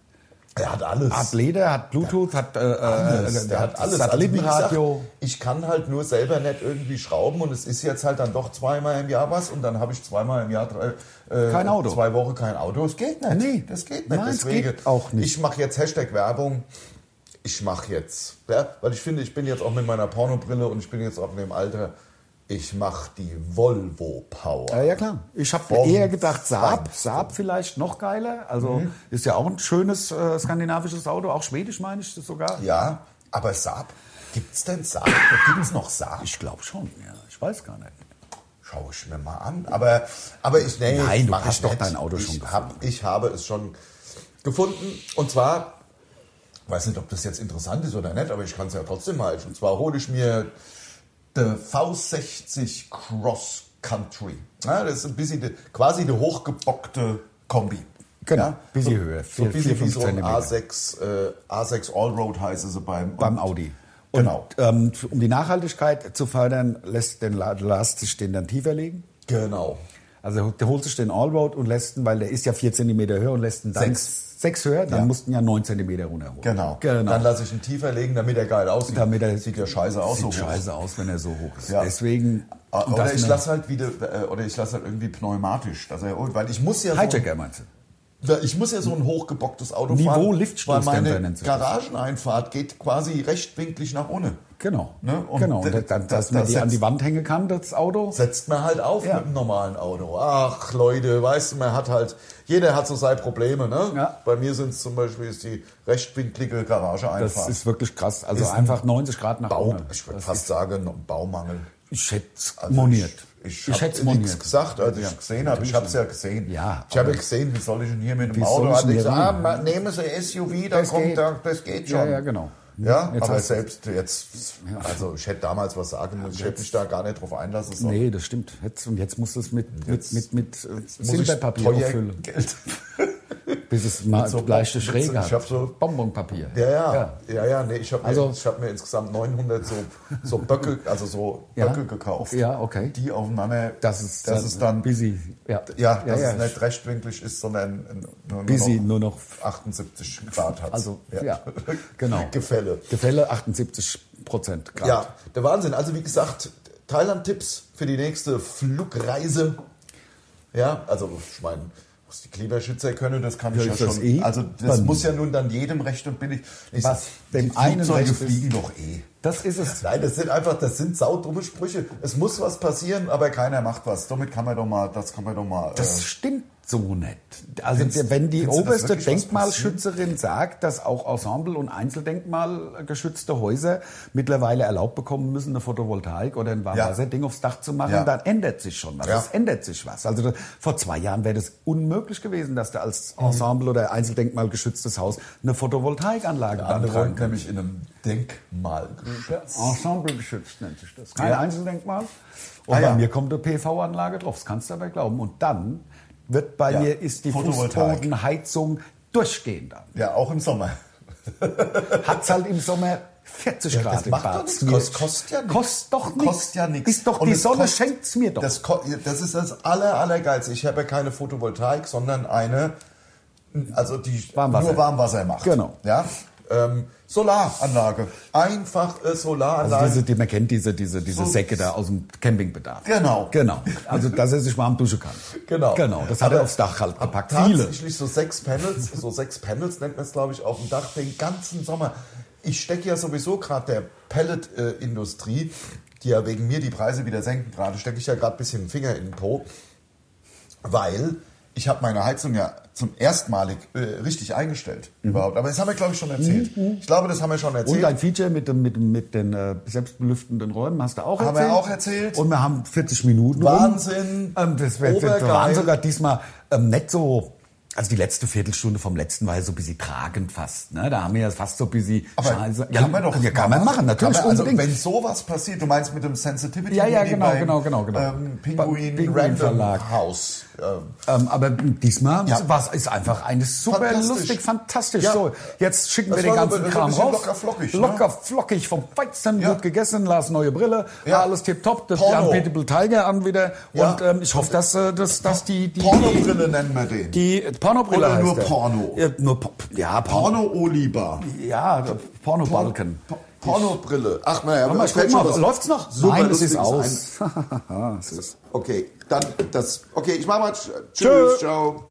Er hat alles. Hat Leder, hat Bluetooth, hat, äh, alles. äh, Der hat alles. Satellitenradio. Also wie gesagt, ich kann halt nur selber nicht irgendwie schrauben und es ist jetzt halt dann doch zweimal im Jahr was und dann habe ich zweimal im Jahr drei, äh, Kein Auto. zwei Wochen kein Auto. Es geht nicht. Nee. Das geht nicht. Nein, es Deswegen, geht auch nicht. Ich mache jetzt Hashtag Werbung. Ich mache jetzt, ja, weil ich finde, ich bin jetzt auch mit meiner Pornobrille und ich bin jetzt auch in dem Alter, ich mache die Volvo Power. Ja, ja klar. Ich habe Vom eher gedacht, Saab, Feinsten. Saab vielleicht noch geiler. Also Mhm. ist ja auch ein schönes äh, skandinavisches Auto, auch schwedisch meine ich das sogar. Ja, aber Saab, gibt's denn Saab? Gibt's noch Saab? Ich glaube schon, ja. Ich weiß gar nicht. Schau ich mir mal an. Aber, aber ich, nee, Nein, du mach hast ich doch nicht. dein Auto schon ich hab, Ich habe es schon gefunden. Und zwar, ich weiß nicht, ob das jetzt interessant ist oder nicht, aber ich kann es ja trotzdem halten. Und zwar hole ich mir der V sechzig Cross Country. Ja, das ist ein bisschen die, quasi die hochgebockte Kombi. Genau, Ja, bisschen so, höher, So ein vier, bisschen vier, wie fünf so ein Zentimeter. A sechs, äh, A sechs Allroad heißt es beim, Beim Audi. Und, Genau. ähm, um die Nachhaltigkeit zu fördern, lässt den, lässt sich den dann tiefer legen. Genau. Also der holt sich den Allroad und lässt ihn, weil der ist ja vier Zentimeter höher und lässt ihn dann Sechs. sechs höher, dann Ja. mussten ja neun Zentimeter runterholen. Genau. genau. Dann lasse ich ihn tiefer legen, damit er geil aussieht. Damit er, sieht ja scheiße aus. Sieht so hoch. scheiße aus, wenn er so hoch ist. Ja. Deswegen. und Oder das ich eine- lasse halt wieder, äh, oder ich lasse halt irgendwie pneumatisch, dass er, weil ich muss ja so, Hijacker meinst du? ich muss ja so ein hochgebocktes Auto Niveau fahren, weil Liftstoßdämpfer meine nennt sich das. Garageneinfahrt geht quasi rechtwinklig nach unten. Genau. Ne? Und genau. d- Und dann, dass da- man da die an die setzt- Wand hängen kann, das Auto. Setzt man halt auf Ja. mit einem normalen Auto. Ach Leute, weißt du, man hat halt, jeder hat so seine Probleme. Ne? Ja. Bei mir sind es zum Beispiel ist die rechtwinklige Garageeinfahrt. Das ist wirklich krass. Also Ist ein einfach neunzig Grad nach Bau, unten. ich würde Das fast ist- sagen, noch ein Baumangel. Ich hätte es Also moniert. Ich, Ich ich hätte es habe nichts moniert. gesagt, als ich Ja, es gesehen habe. Ich habe es ja gesehen. Ja, ich habe aber- ja gesehen, wie soll ich denn hier mit Wie dem soll Auto? ich Hat denn ich hier gesagt, ah, rein? ma- nehmen Sie S U V, da Das kommt geht. da, das geht schon. Ja, ja, genau. Ja, Jetzt aber hast du- selbst jetzt, also ich hätte damals was sagen müssen, ich hätte mich da gar nicht drauf einlassen sollen. Nee, das stimmt. Jetzt, und jetzt musst du es mit, Jetzt- mit, mit, mit äh, Muss ich Silberpapier teuer auffüllen. Geld. Bis es mal so leichte Bom- Schräge ich hat. hab so- Bonbonpapier. Ja, ja, ja, ja, nee, ich habe Also- mir, ich hab mir insgesamt neunhundert so, so Böcke, also so Ja. Böcke gekauft. Ja, okay. Die aufeinander, Das ist, das ist dann, busy. Ja, ja, dass ja, es nicht rechtwinklig ist, sondern nur, busy, nur nur noch. noch achtundsiebzig Grad hat. Also, ja, genau. Gefälle. Gefälle achtundsiebzig Prozent Grad. Ja, der Wahnsinn. Also wie gesagt, Thailand-Tipps für die nächste Flugreise. Ja, also ich meine, was die Klimaschützer können, das kann ich Ja, ja ist das schon. eh? Also das Dann- muss ja nun dann jedem recht und billig. Ich, Was dem die einen Flugzeuge recht ist- fliegen doch eh. Das ist es. Nein, das sind einfach, das sind saudumme Sprüche. Es muss was passieren, aber keiner macht was. Damit kann man doch mal, das kann man doch mal. Das äh, stimmt so nicht. Also Findest- wenn die findest du, dass oberste wirklich was Denkmalschützerin sagt, dass auch Ensemble- und Einzeldenkmalgeschützte Häuser mittlerweile erlaubt bekommen müssen, eine Photovoltaik oder ein Warmwasserding aufs Dach zu machen, Ja. dann ändert sich schon was. Ja. Es ändert sich was. Also da, vor zwei Jahren wäre das unmöglich gewesen, dass du als Mhm. Ensemble- oder Einzeldenkmalgeschütztes Haus eine Photovoltaikanlage Der andere beantragen wohnt kann. nämlich in einem Denkmalgeschütz. Ensemble geschützt nennt sich das. Kein Ja. Einzeldenkmal. Und Ah, bei ja. mir kommt eine P V-Anlage drauf, das kannst du aber glauben. Und dann wird bei Ja, mir ist die Photovoltaik. Fußbodenheizung durchgehend an. Ja, auch im Sommer. Hat's halt im Sommer vierzig Ja, Grad das im macht Bad. doch nichts. Kost- kostet ja nichts. Kostet doch nichts. Kostet ja nichts. Ist doch Und die es Sonne kost- schenkt's mir doch. Das, ko- das ist das aller, allergeilste. Ich habe ja keine Photovoltaik, sondern eine, also die Warmwasser. nur Warmwasser macht. Genau. Ja? Ähm, Solaranlage. Einfache Solaranlage. Also diese, die, man kennt diese, diese, diese So- Säcke da aus dem Campingbedarf. Genau. Genau. Also, dass er sich warm duschen kann. Genau. Genau. Das hat Aber er aufs Dach halt gepackt. Viele. Tatsächlich so sechs Panels, so sechs Panels nennt man es, glaube ich, auf dem Dach den ganzen Sommer. Ich stecke ja sowieso gerade der Pellet-Industrie, die ja wegen mir die Preise wieder senken gerade, stecke ich ja gerade ein bisschen den Finger in den Po, weil ich habe meine Heizung ja zum erstmalig äh, richtig eingestellt überhaupt. Aber das haben wir, glaube ich, schon erzählt. Ich glaube, das haben wir schon erzählt. Und ein Feature mit, dem, mit, dem, mit den äh, selbstbelüftenden Räumen hast du auch Haben erzählt. wir auch erzählt. Und wir haben vierzig Minuten Wahnsinn. rum. Ähm, das wir, wir Obergeil. waren sogar diesmal ähm, nicht so... Also die letzte Viertelstunde vom letzten war ja so ein bisschen tragend fast. Ne? Da haben wir ja fast so ein bisschen... Aber Scheiße. kann man doch ja, kann man machen, natürlich Kann man, also, unbedingt. wenn sowas passiert, du meinst mit dem Sensitivity Ja, ja, wie genau, beim, genau, genau, genau. Ähm, Beim Pinguin, Pinguin Random Verlag. House. Ähm, Ähm, aber diesmal Ja. war es einfach eine super Fantastisch. lustig, fantastisch. Ja. So, jetzt schicken Das wir den war so- ganzen so ein Kram bisschen raus. locker flockig, ne? Locker flockig vom Weizen, Ja. gut gegessen, Lars neue Brille, Ja. alles tipptopp. Das Porno. Unbeatable Tiger an wieder. Ja. Und ähm, ich hoffe, dass, äh, dass, dass die... die Pornobrille nennen wir den. die, Pornobrille Oder heißt nur der. Porno? Ja, nur Po- ja, Porno. Porno-Oliver. Ja, der Pornobalken. Po- Pornobrille. Ach, naja, Warte mal, ich guck mal, läuft's noch? super Nein, es ist Lustiges aus. ein. Es ist- Okay, dann das. Okay, ich mach mal. Tschüss, Tschö. ciao.